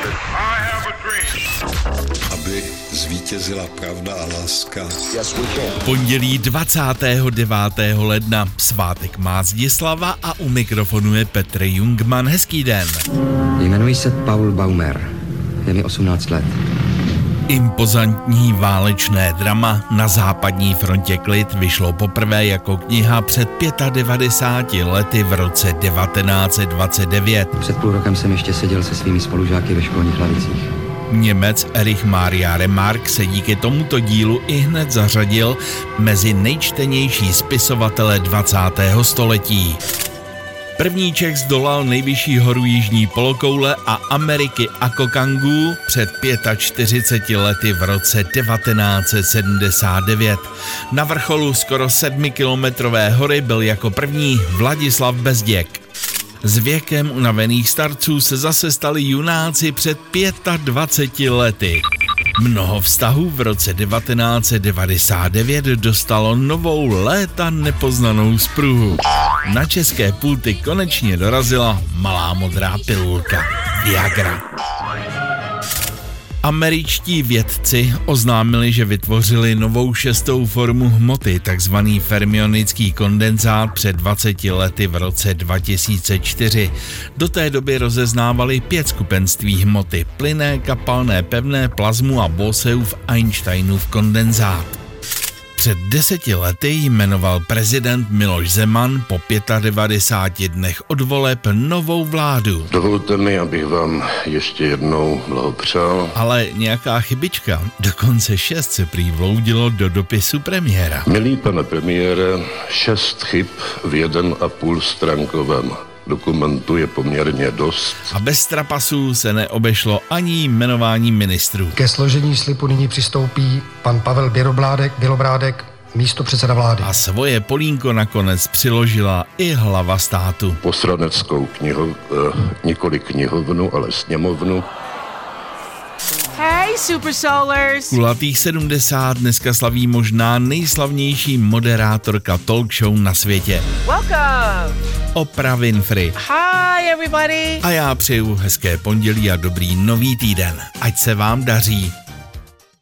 Aby zvítězila pravda a láska. Pondělí 29. ledna. Svátek má Zdislava a u mikrofonu je Petr Jungmann. Hezký den. Jmenuji se Paul Baumer. Je mi 18 let. Impozantní válečné drama Na západní frontě klid vyšlo poprvé jako kniha před 95 lety v roce 1929. Před půl rokem jsem ještě seděl se svými spolužáky ve školních lavicích. Němec Erich Maria Remarque se díky tomuto dílu ihned zařadil mezi nejčtenější spisovatele 20. století. První Čech zdolal nejvyšší horu jižní polokoule a Ameriky Aconcagua před 45 lety v roce 1979. Na vrcholu skoro 7kilometrové hory byl jako první Vladislav Bezděk. S věkem unavených starců se zase stali junáci před 25 lety. Mnoho vztahů v roce 1999 dostalo novou léta nepoznanou spruhu. Na české pulty konečně dorazila malá modrá pilulka Viagra. Američtí vědci oznámili, že vytvořili novou šestou formu hmoty, takzvaný fermionický kondenzát před 20 lety v roce 2004. Do té doby rozeznávali 5 skupenství hmoty: plynné, kapalné, pevné, plazmu a Boseův Einsteinův kondenzát. Před 10 lety jmenoval prezident Miloš Zeman po 95 dnech od voleb novou vládu. Dovolte mi, abych vám ještě jednou blahopřál. Ale nějaká chybička, dokonce 6 se prý vloudilo do dopisu premiéra. Milý pane premiére, 6 chyb v 1,5 stránkovém dokumentu je poměrně dost. A bez trapasů se neobešlo ani jmenování ministrů. Ke složení slibu nyní přistoupí pan Pavel Bělobrádek, místopředseda vlády. A svoje polínko nakonec přiložila i hlava státu. Poslaneckou nikoli knihovnu, ale sněmovnu. Hey, Super Solars! Kulatých 70 dneska slaví možná nejslavnější moderátorka talk show na světě. Welcome! Oprah Winfrey. Hi, everybody! A já přeju hezké pondělí a dobrý nový týden. Ať se vám daří.